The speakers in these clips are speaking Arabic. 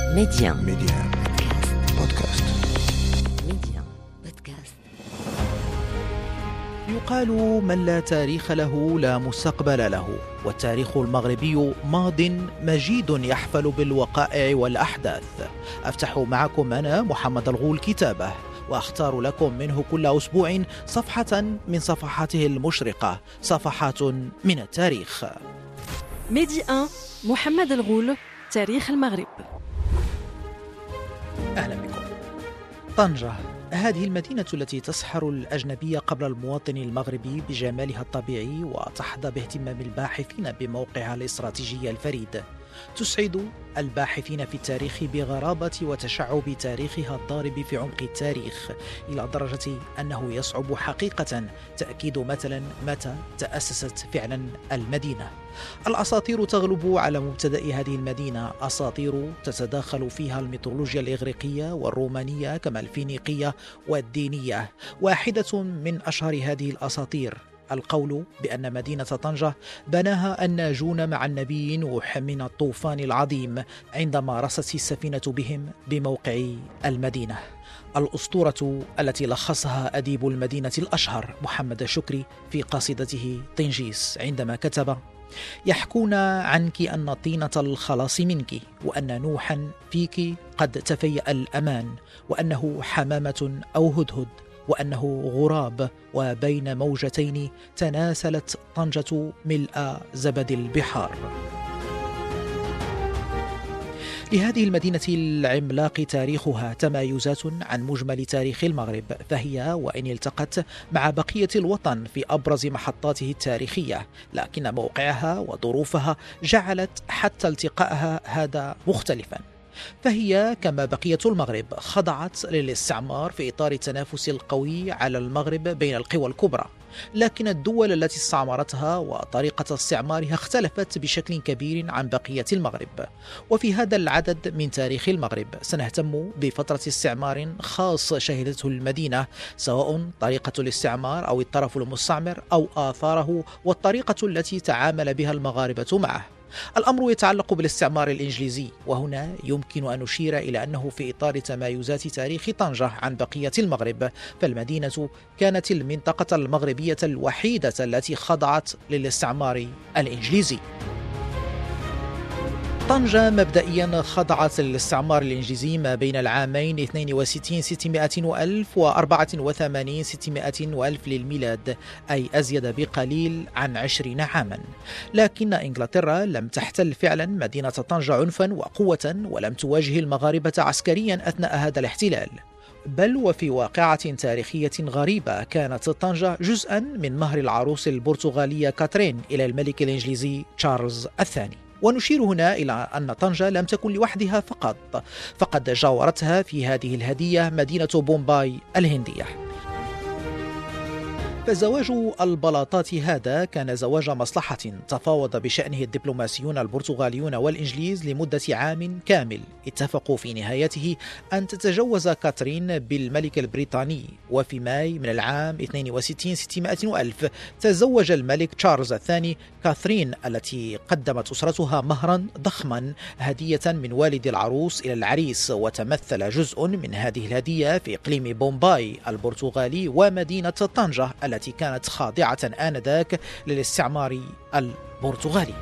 Média بودكاست. Média Podcast. يقال من لا تاريخ له لا مستقبل له، والتاريخ المغربي ماض مجيد يحفل بالوقائع والأحداث. أفتح معكم أنا محمد الغول كتابه، وأختار لكم منه كل أسبوع صفحة من صفحاته المشرقة، صفحات من التاريخ. ميدي 1 محمد الغول، تاريخ المغرب. أهلا بكم. طنجة، هذه المدينة التي تسحر الأجنبي قبل المواطن المغربي بجمالها الطبيعي وتحظى باهتمام الباحثين بموقعها الاستراتيجي الفريد، تسعد الباحثين في التاريخ بغرابة وتشعب تاريخها الضارب في عمق التاريخ، إلى درجة أنه يصعب حقيقة تأكيد مثلا متى تأسست فعلا المدينة. الأساطير تغلب على مبتدأ هذه المدينة، أساطير تتداخل فيها الميثولوجيا الإغريقية والرومانية كما الفينيقية والدينية. واحدة من أشهر هذه الأساطير القول بأن مدينة طنجة بناها الناجون مع النبي نوح من الطوفان العظيم عندما رست السفينة بهم بموقع المدينة. الأسطورة التي لخصها أديب المدينة الأشهر محمد شكري في قصيدته طنجيس عندما كتب: يحكون عنك أن طينة الخلاص منك، وأن نوحا فيك قد تفيأ الأمان، وأنه حمامة أو هدهد، وأنه غراب، وبين موجتين تناسلت طنجة ملء زبد البحار. لهذه المدينة العملاق تاريخها تمايزات عن مجمل تاريخ المغرب، فهي وإن التقت مع بقية الوطن في أبرز محطاته التاريخية، لكن موقعها وظروفها جعلت حتى التقائها هذا مختلفا. فهي كما بقية المغرب خضعت للاستعمار في إطار التنافس القوي على المغرب بين القوى الكبرى، لكن الدول التي استعمرتها وطريقة استعمارها اختلفت بشكل كبير عن بقية المغرب. وفي هذا العدد من تاريخ المغرب سنهتم بفترة استعمار خاص شهدته المدينة، سواء طريقة الاستعمار أو الطرف المستعمر أو آثاره والطريقة التي تعامل بها المغاربة معه. الأمر يتعلق بالاستعمار الإنجليزي، وهنا يمكن أن نشير إلى أنه في إطار تمايزات تاريخ طنجة عن بقية المغرب، فالمدينة كانت المنطقة المغربية الوحيدة التي خضعت للاستعمار الإنجليزي. طنجة مبدئيا خضعت للاستعمار الإنجليزي ما بين العامين 62 600 وألف و 84 600 وألف للميلاد، أي أزيد بقليل عن 20 عاما. لكن إنجلترا لم تحتل فعلا مدينة طنجة عنفا وقوة، ولم تواجه المغاربة عسكريا أثناء هذا الاحتلال، بل وفي واقعة تاريخية غريبة كانت طنجة جزءا من مهر العروس البرتغالية كاترين إلى الملك الإنجليزي تشارلز الثاني. ونشير هنا إلى أن طنجة لم تكن لوحدها فقد جاورتها في هذه الهدية مدينة بومباي الهندية. فزواج البلاطات هذا كان زواج مصلحة تفاوض بشأنه الدبلوماسيون البرتغاليون والإنجليز لمدة عام كامل. اتفقوا في نهايته أن تتجوز كاترين بالملك البريطاني، وفي ماي من العام 62 600 ألف تزوج الملك تشارلز الثاني كاثرين، التي قدمت أسرتها مهرا ضخما هدية من والد العروس إلى العريس، وتمثل جزء من هذه الهدية في إقليم بومباي البرتغالي ومدينة طنجة التي كانت خاضعة آنذاك للاستعمار البرتغالي.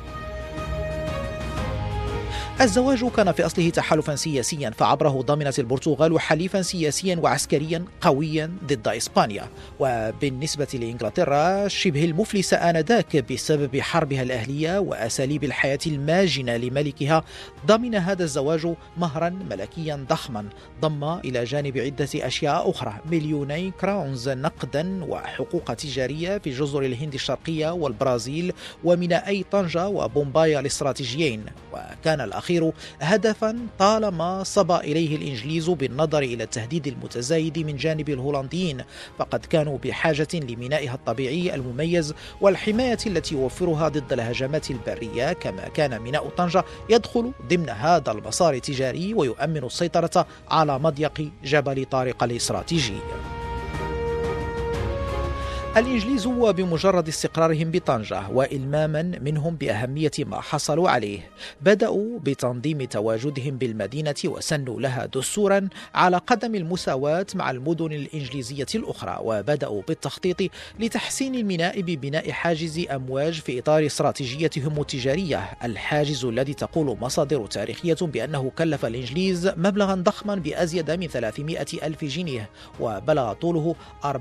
الزواج كان في أصله تحالفا سياسيا، فعبره ضمنت البرتغال حليفا سياسيا وعسكريا قويا ضد إسبانيا. وبالنسبة لإنجلترا شبه المفلسة آنذاك بسبب حربها الأهلية وأساليب الحياة الماجنة لملكها، ضمن هذا الزواج مهرا ملكيا ضخما ضم إلى جانب عدة أشياء أخرى 2,000,000 كراونز نقدا وحقوق تجارية في جزر الهند الشرقية والبرازيل ومينائي طنجة وبومباي الاستراتيجيين. وكان الأخير هدفا طالما صبا إليه الإنجليز بالنظر إلى التهديد المتزايد من جانب الهولنديين، فقد كانوا بحاجة لمينائها الطبيعي المميز والحماية التي يوفرها ضد الهجمات البرية، كما كان ميناء طنجة يدخل ضمن هذا المسار التجاري ويؤمن السيطرة على مضيق جبل طارق الاستراتيجي. الإنجليز وبمجرد استقرارهم بطنجة وإلماما منهم بأهمية ما حصلوا عليه بدأوا بتنظيم تواجدهم بالمدينة وسنوا لها دستورا على قدم المساواة مع المدن الإنجليزية الأخرى، وبدأوا بالتخطيط لتحسين الميناء ببناء حاجز أمواج في إطار استراتيجيتهم التجارية، الحاجز الذي تقول مصادر تاريخية بأنه كلف الإنجليز مبلغا ضخما بأزيد من 300 ألف جنيه، وبلغ طوله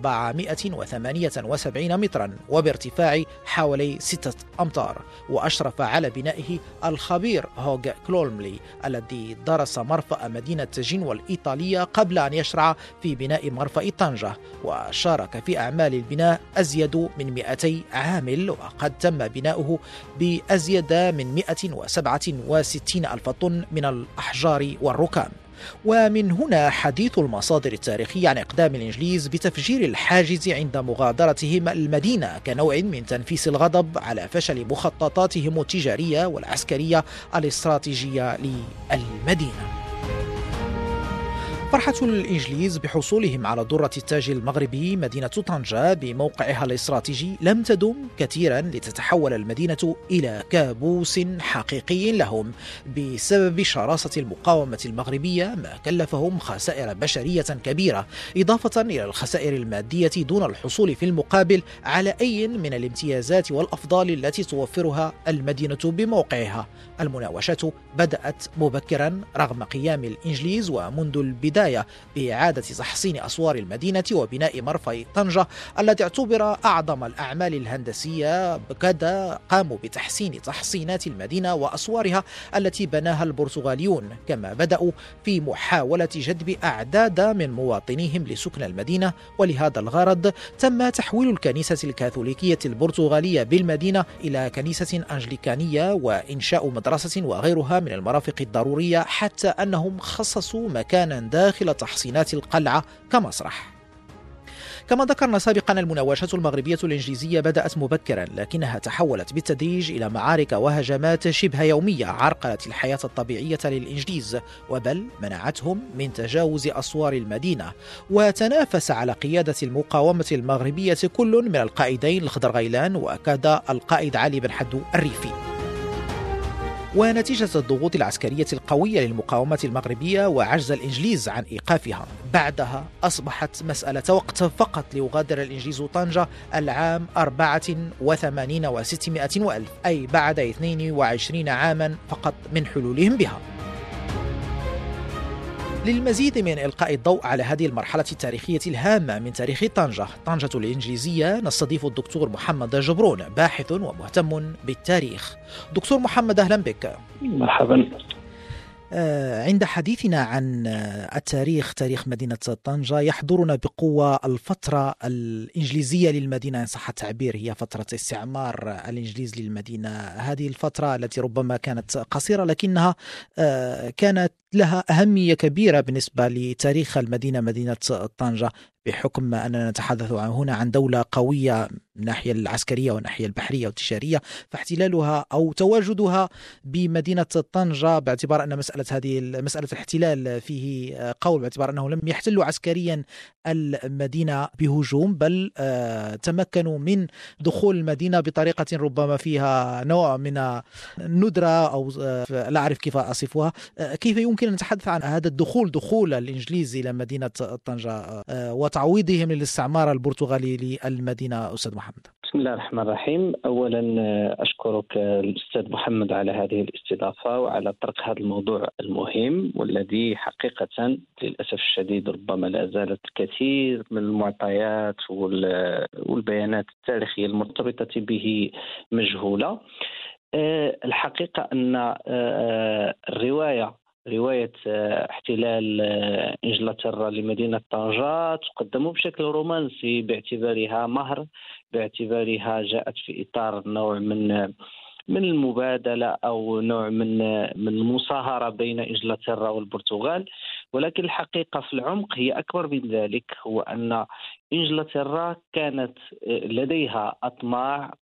478 مترا وبارتفاع حوالي 6 أمتار، وأشرف على بنائه الخبير هوغ كلولملي الذي درس مرفأ مدينة جنوة الإيطالية قبل أن يشرع في بناء مرفأ طنجة، وشارك في أعمال البناء أزيد من 200 عامل، وقد تم بناؤه بأزيد من 167 ألف طن من الأحجار والركام. ومن هنا حديث المصادر التاريخية عن إقدام الإنجليز بتفجير الحاجز عند مغادرتهم المدينة كنوع من تنفيس الغضب على فشل مخططاتهم التجارية والعسكرية الاستراتيجية للمدينة. فرحة الإنجليز بحصولهم على درة التاج المغربي مدينة طنجة بموقعها الاستراتيجي لم تدم كثيرا لتتحول المدينة إلى كابوس حقيقي لهم بسبب شراسة المقاومة المغربية، ما كلفهم خسائر بشرية كبيرة إضافة إلى الخسائر المادية دون الحصول في المقابل على أي من الامتيازات والأفضال التي توفرها المدينة بموقعها. المناوشة بدأت مبكرا رغم قيام الإنجليز ومنذ البداية بإعادة تحصين أسوار المدينة وبناء مرفأ طنجة الذي اعتبر أعظم الأعمال الهندسية، كذا قاموا بتحسين تحصينات المدينة وأسوارها التي بناها البرتغاليون، كما بدأوا في محاولة جذب أعداد من مواطنيهم لسكن المدينة، ولهذا الغرض تم تحويل الكنيسة الكاثوليكية البرتغالية بالمدينة إلى كنيسة أنجليكانية وإنشاء مدرسة وغيرها من المرافق الضرورية، حتى أنهم خصصوا مكانا داخل تحصينات القلعة كمسرح. كما ذكرنا سابقا المناوشة المغربية الإنجليزية بدأت مبكرا، لكنها تحولت بالتدريج إلى معارك وهجمات شبه يومية عرقلت الحياة الطبيعية للإنجليز، وبل منعتهم من تجاوز أسوار المدينة. وتنافس على قيادة المقاومة المغربية كل من القائدين الخضر غيلان وكذا القائد علي بن حدو الريفي. ونتيجة الضغوط العسكرية القوية للمقاومة المغربية وعجز الإنجليز عن إيقافها، بعدها أصبحت مسألة وقت فقط ليغادر الإنجليز طنجة العام 84 و600 وألف، أي بعد 22 عاما فقط من حلولهم بها. للمزيد من إلقاء الضوء على هذه المرحلة التاريخية الهامة من تاريخ طنجة الإنجليزية نستضيف الدكتور محمد جبرون، باحث ومهتم بالتاريخ. دكتور محمد، أهلا بك. مرحبا. عند حديثنا عن التاريخ، تاريخ مدينة طنجة، يحضرنا بقوة الفترة الإنجليزية للمدينة إن صح التعبير، هي فترة استعمار الإنجليز للمدينة. هذه الفترة التي ربما كانت قصيرة لكنها كانت لها أهمية كبيرة بالنسبة لتاريخ المدينة، مدينة طنجة، بحكم أننا نتحدث هنا عن دولة قوية من الناحية العسكرية والناحية البحرية والتجارية، فاحتلالها أو تواجدها بمدينة طنجة باعتبار أن مسألة الاحتلال فيه قول، باعتبار أنه لم يحتلوا عسكريا المدينة بهجوم، بل تمكنوا من دخول المدينة بطريقة ربما فيها نوع من الندرة أو لا أعرف كيف أصفها. كيف يمكن أن نتحدث عن هذا دخول الإنجليز إلى مدينة طنجة وتعويضهم للاستعمار البرتغالي للمدينة، أستاذ محمد؟ بسم الله الرحمن الرحيم. أولا أشكرك الأستاذ محمد على هذه الاستضافة وعلى طرح هذا الموضوع المهم، والذي حقيقة للأسف الشديد ربما لا زالت الكثير من المعطيات والبيانات التاريخية المرتبطة به مجهولة. الحقيقة أن رواية احتلال إنجلترا لمدينة طنجة تقدم بشكل رومانسي باعتبارها مهر، باعتبارها جاءت في إطار نوع من المبادلة أو نوع من المصاهرة بين إنجلترا والبرتغال، ولكن الحقيقة في العمق هي أكبر من ذلك، هو أن إنجلترا كانت لديها أطماع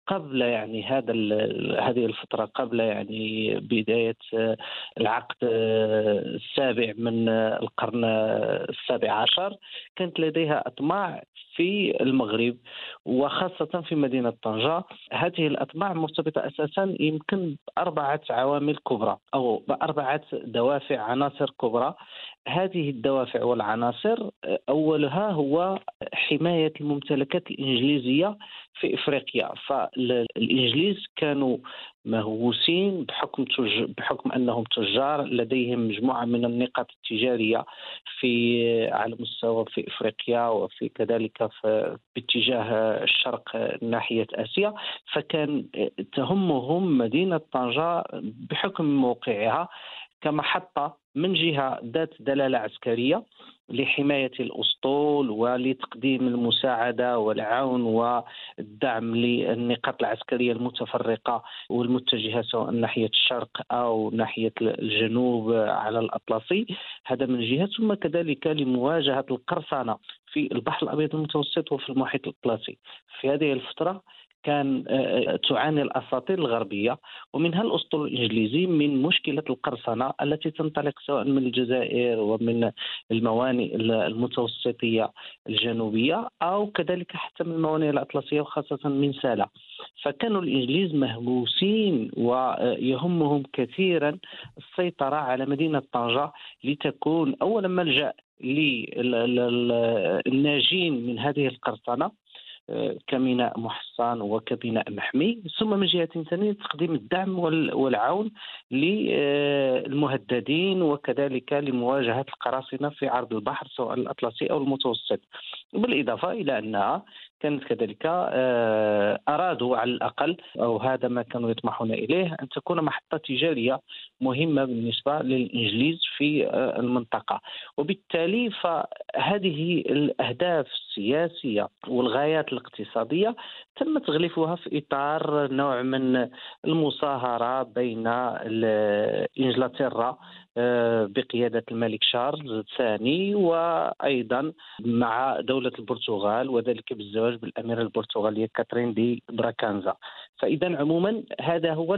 قبل يعني هذه الفترة، قبل يعني بداية العقد السابع من القرن السابع عشر، كانت لديها أطماع في المغرب وخاصة في مدينة طنجة. هذه الأطماع مرتبطة أساسا يمكن بأربعة عوامل كبرى أو بأربعة دوافع، عناصر كبرى. هذه الدوافع والعناصر أولها هو حماية الممتلكات الإنجليزية في إفريقيا. فالإنجليز كانوا مهووسين بحكم أنهم تجار، لديهم مجموعة من النقاط التجارية على مستوى في إفريقيا وفي كذلك باتجاه الشرق ناحية آسيا. فكان تهمهم مدينة طنجة بحكم موقعها كمحطة من جهة ذات دلالة عسكرية لحماية الأسطول ولتقديم المساعدة والعون والدعم للنقاط العسكرية المتفرقة والمتجهة سواء ناحية الشرق أو ناحية الجنوب على الأطلسي. هذا من جهة، ثم كذلك لمواجهة القرصنة في البحر الأبيض المتوسط وفي المحيط الأطلسي. في هذه الفترة كان تعاني الأساطيل الغربية ومنها الأسطول الإنجليزي من مشكلة القرصنة التي تنطلق سواء من الجزائر ومن الموانئ المتوسطية الجنوبية أو كذلك حتى من الموانئ الأطلسية وخاصة من سالا. فكانوا الإنجليز مهووسين ويهمهم كثيرا السيطرة على مدينة طنجة لتكون أولا ملجأ للناجين من هذه القرصنة كميناء محصن وكميناء محمي، ثم من جهة ثانية تقديم الدعم والعون للمهددين وكذلك لمواجهة القراصنة في عرض البحر سواء الأطلسي أو المتوسط. بالإضافة إلى أنها كانت كذلك أرادوا على الأقل، أو هذا ما كانوا يطمحون إليه، أن تكون محطة تجارية مهمة بالنسبة للإنجليز في المنطقة. وبالتالي فهذه الأهداف السياسية والغايات الاقتصادية تم تغليفها في إطار نوع من المصاهرة بين إنجلترا بقيادة الملك شارلز الثاني وأيضا مع دولة البرتغال، وذلك بالزواج بالأميرة البرتغالية كاترين دي براكانزا. فإذا عموما هذا هو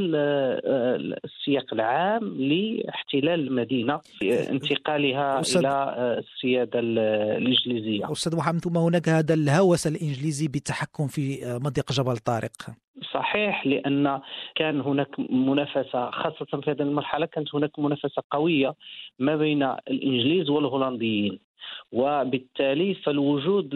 السياق العام لاحتلال المدينة، انتقالها إلى السيادة الإنجليزية. أستاذ محمد، ثم هناك هذا الهوس الإنجليزي بالتحكم في مضيق جبل طارق. صحيح، لأن كان هناك منافسة خاصة في هذه المرحلة، كانت هناك منافسة قوية ما بين الإنجليز والهولنديين، وبالتالي فالوجود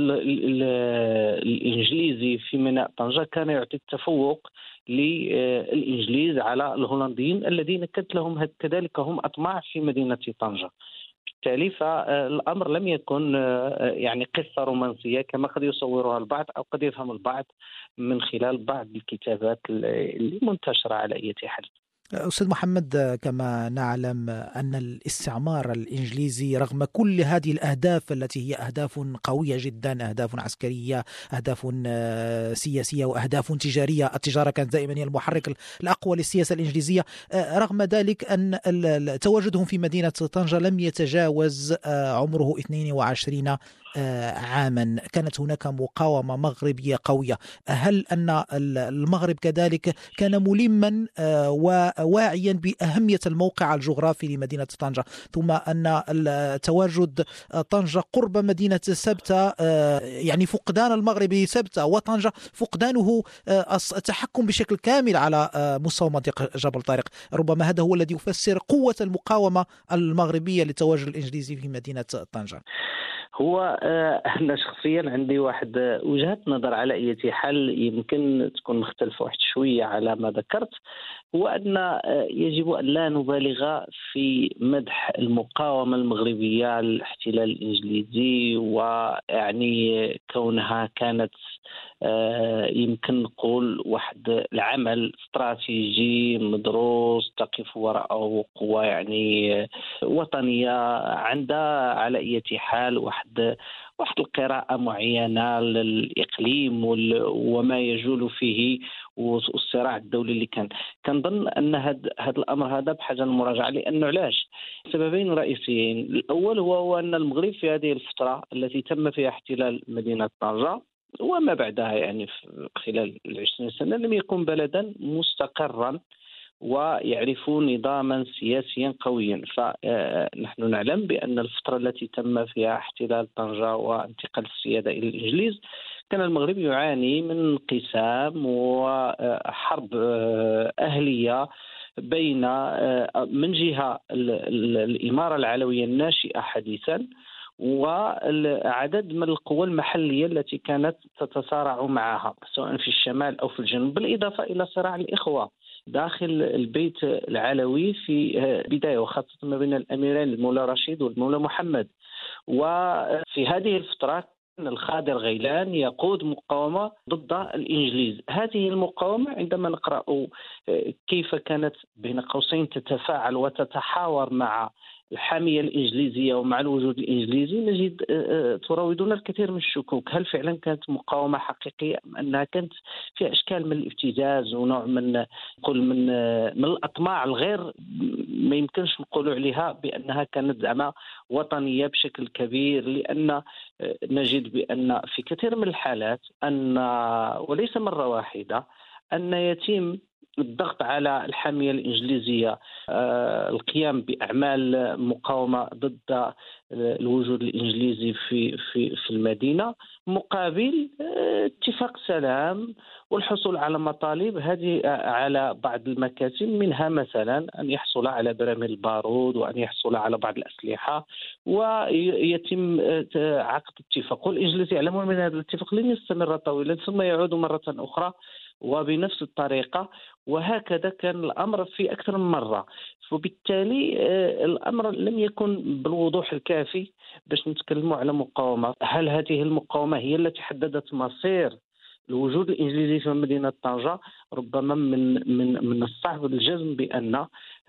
الإنجليزي في ميناء طنجة كان يعطي التفوق للإنجليز على الهولنديين الذين كانت لهم كذلك هم أطماع في مدينة طنجة. بالتالي فالأمر لم يكن يعني قصة رومانسية كما قد يصورها البعض أو قد يفهم البعض من خلال بعض الكتابات المنتشرة على أي حال. أستاذ محمد، كما نعلم أن الاستعمار الإنجليزي رغم كل هذه الأهداف التي هي أهداف قوية جدا، أهداف عسكرية، أهداف سياسية وأهداف تجارية، التجارة كانت دائما هي المحرك الأقوى للسياسة الإنجليزية، رغم ذلك أن تواجدهم في مدينة طنجة لم يتجاوز عمره 22 عاما. كانت هناك مقاومة مغربية قوية. هل أن المغرب كذلك كان ملما وواعيا بأهمية الموقع الجغرافي لمدينة طنجة، ثم أن تواجد طنجة قرب مدينة سبتة، يعني فقدان المغرب سبتة وطنجة فقدانه التحكم بشكل كامل على مستوى منطقة جبل طارق، ربما هذا هو الذي يفسر قوة المقاومة المغربية للتواجد الإنجليزي في مدينة طنجة؟ هو أنا شخصيا عندي واحد وجهة نظر على أي حال يمكن تكون مختلفة واحد شوية على ما ذكرت، هو أن يجب أن لا نبالغ في مدح المقاومة المغربية للاحتلال الإنجليزي، ويعني كونها كانت يمكن نقول واحد العمل استراتيجي مدروس تقف وراءه قوة يعني وطنية عندها على أي حال واحد القراءة معينة للإقليم وما يجول فيه والصراع الدولي اللي كنظن أن هذا الأمر هذا بحاجة للمراجعة. لأنه علاش؟ سببين رئيسيين. الأول هو أن المغرب في هذه الفترة التي تم فيها احتلال مدينة طنجة وما بعدها يعني خلال 20 سنة لم يكن بلدا مستقرا ويعرفون نظاما سياسيا قويا. فنحن نعلم بأن الفترة التي تم فيها احتلال طنجة وانتقال السيادة إلى الإنجليز كان المغرب يعاني من انقسام وحرب أهلية بين من جهة الإمارة العلوية الناشئة حديثا وعدد من القوى المحلية التي كانت تتصارع معها سواء في الشمال أو في الجنوب، بالإضافة إلى صراع الإخوة داخل البيت العلوي في بداية، وخاصة ما بين الأميرين المولى رشيد والمولى محمد. وفي هذه الفترة كان الخادر غيلان يقود مقاومة ضد الإنجليز. هذه المقاومة عندما نقرأ كيف كانت بين قوسين تتفاعل وتتحاور مع الحامية الإنجليزية ومع الوجود الإنجليزي نجد تراودنا الكثير من الشكوك. هل فعلا كانت مقاومة حقيقية أم أنها كانت فيها أشكال من الابتزاز ونوع من الأطماع الغير ما يمكنش نقول عليها بأنها كانت زعما وطنية بشكل كبير؟ لأن نجد بأن في كثير من الحالات أن وليس مرة واحدة أن يتم الضغط على الحامية الإنجليزية القيام بأعمال مقاومة ضد الوجود الإنجليزي في المدينة مقابل اتفاق سلام والحصول على مطالب هذه على بعض المكاسب، منها مثلا أن يحصل على براميل البارود وأن يحصل على بعض الأسلحة ويتم عقد اتفاق. والإنجليز يعلمون من هذا الاتفاق لن يستمر طويلا ثم يعود مرة أخرى وبنفس الطريقة، وهكذا كان الأمر في أكثر من مرة. وبالتالي الأمر لم يكن بالوضوح الكافي باش نتكلموا على مقاومة. هل هذه المقاومة هي التي حددت مصير الوجود الإنجليزي في مدينة طنجة؟ ربما من الصعب الجزم بأن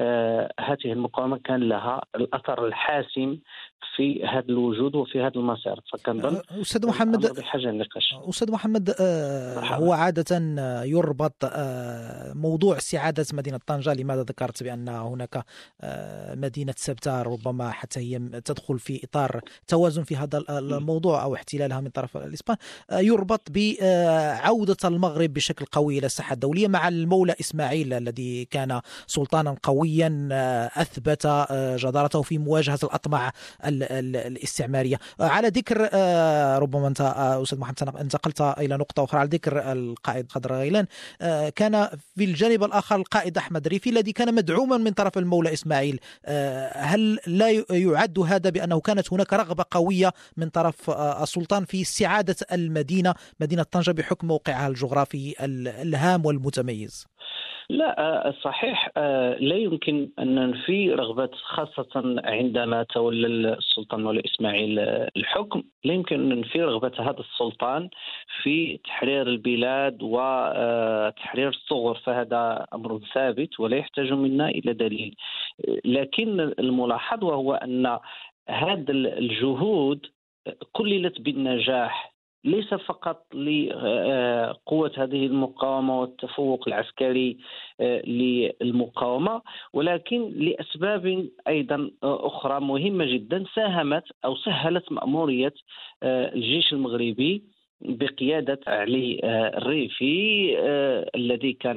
هذه المقاومة كان لها الأثر الحاسم في هذا الوجود وفي هذا المسار. فكنظن أستاذ محمد بحاجة للنقاش. أستاذ محمد، هو عادة يربط موضوع استعادة مدينة طنجة، لماذا ذكرت بأن هناك مدينة سبتة ربما حتى هي تدخل في إطار توازن في هذا الموضوع أو احتلالها من طرف الإسبان، يربط بعودة المغرب بشكل قوي إلى الساحة الدولية مع المولى إسماعيل الذي كان سلطانا قويا أثبت جدارته في مواجهة الأطماع الاستعمارية. على ذكر ربما أنت أستاذ محمد انتقلت إلى نقطة أخرى، على ذكر القائد خضر غيلان، كان في الجانب الآخر القائد أحمد ريفي الذي كان مدعوما من طرف المولى إسماعيل. هل لا يعد هذا بأنه كانت هناك رغبة قوية من طرف السلطان في استعادة مدينة طنجة بحكم موقعها الجغرافي الهام والمتميز؟ لا صحيح، لا يمكن أن ننفي رغبة، خاصة عندما تولى السلطان مولى إسماعيل الحكم، لا يمكن أن ننفي رغبة هذا السلطان في تحرير البلاد وتحرير الثغور، فهذا أمر ثابت ولا يحتاج منا إلى دليل. لكن الملاحظ وهو أن هذا الجهود كللت بالنجاح، ليس فقط لقوة هذه المقاومة والتفوق العسكري للمقاومة، ولكن لأسباب أيضا أخرى مهمة جدا ساهمت أو سهلت مأمورية الجيش المغربي بقيادة علي الريفي الذي كان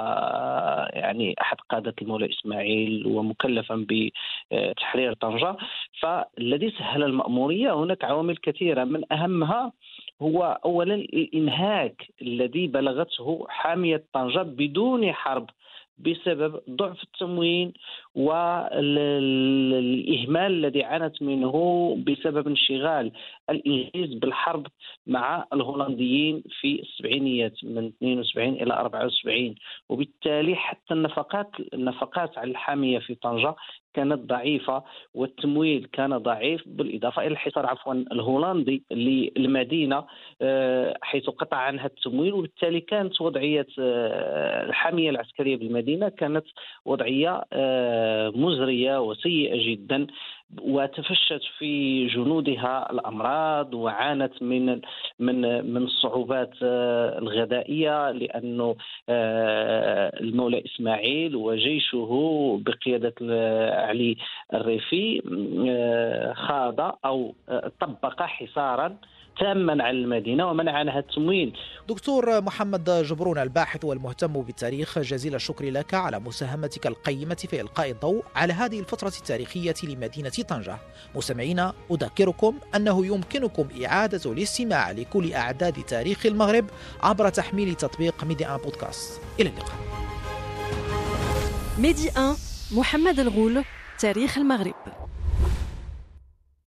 يعني أحد قادة المولى إسماعيل ومكلفا بتحرير طنجة. فالذي سهل المأمورية هناك عوامل كثيرة، من أهمها هو أولا الإنهاك الذي بلغته حامية طنجة بدون حرب بسبب ضعف التموين والإهمال الذي عانت منه بسبب انشغال الإنجليز بالحرب مع الهولنديين في السبعينيات من 72 إلى 74. وبالتالي حتى النفقات على الحامية في طنجة كانت ضعيفة والتمويل كان ضعيف، بالإضافة إلى الحصار الهولندي للمدينة حيث قطع عنها التمويل. وبالتالي كانت وضعية الحامية العسكرية بالمدينة كانت وضعية مزرية وسيئة جدا، وتفشت في جنودها الأمراض وعانت من الصعوبات الغذائية، لأنه المولى إسماعيل وجيشه بقيادة علي الريفي خاض أو طبق حصارا تاما على المدينة ومنع عنها التمويل. دكتور محمد جبرون، الباحث والمهتم بالتاريخ، جزيل الشكر لك على مساهمتك القيمة في إلقاء الضوء على هذه الفترة التاريخية لمدينة طنجة. مستمعينا، أذكركم أنه يمكنكم إعادة الاستماع لكل أعداد تاريخ المغرب عبر تحميل تطبيق ميدي 1 بودكاست. إلى اللقاء. ميدي 1 محمد الغول، تاريخ المغرب.